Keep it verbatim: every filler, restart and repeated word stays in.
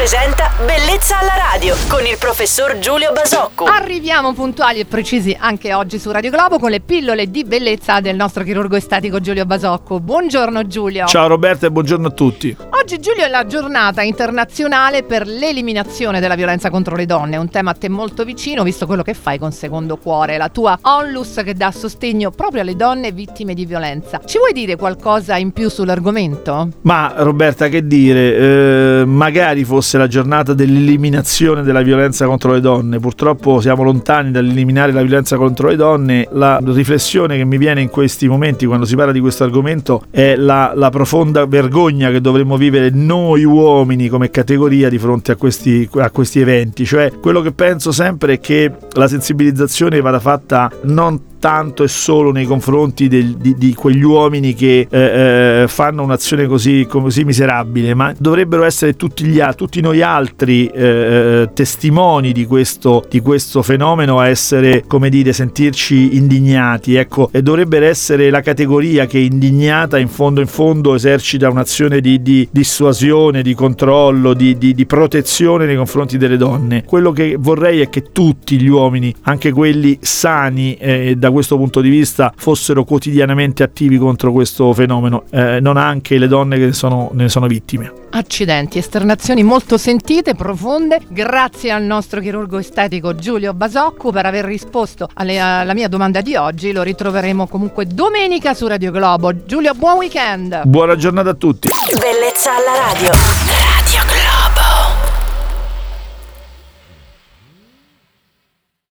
presenta Bellezza alla radio con il professor Giulio Basocco. Arriviamo puntuali e precisi anche oggi su Radio Globo con le pillole di bellezza del nostro chirurgo estetico Giulio Basocco. Buongiorno Giulio. Ciao Roberta e buongiorno a tutti. Oggi Giulio è la giornata internazionale per l'eliminazione della violenza contro le donne, un tema a te molto vicino visto quello che fai con Secondo Cuore, la tua onlus che dà sostegno proprio alle donne vittime di violenza. Ci vuoi dire qualcosa in più sull'argomento? Ma Roberta, che dire, eh, magari fosse la giornata dell'eliminazione della violenza contro le donne. Purtroppo siamo lontani dall'eliminare la violenza contro le donne. La riflessione che mi viene in questi momenti quando si parla di questo argomento è la, la profonda vergogna che dovremmo vivere noi uomini come categoria di fronte a questi, a questi eventi. Cioè, quello che penso sempre è che la sensibilizzazione vada fatta non tanto e solo nei confronti del, di, di quegli uomini che eh, eh, fanno un'azione così, così miserabile, ma dovrebbero essere tutti, gli, tutti noi altri eh, testimoni di questo, di questo fenomeno a essere, come dire, sentirci indignati, ecco, e dovrebbe essere la categoria che indignata in fondo in fondo esercita un'azione di, di dissuasione, di controllo, di, di, di protezione nei confronti delle donne. Quello che vorrei è che tutti gli uomini, anche quelli sani eh, da questo punto di vista, fossero quotidianamente attivi contro questo fenomeno, eh, non anche le donne che sono, ne sono vittime. Accidenti, esternazioni molto sentite, profonde. Grazie al nostro chirurgo estetico Giulio Basocco per aver risposto alle, alla mia domanda di oggi. Lo ritroveremo comunque domenica su Radio Globo. Giulio, buon weekend. Buona giornata a tutti. Bellezza alla radio.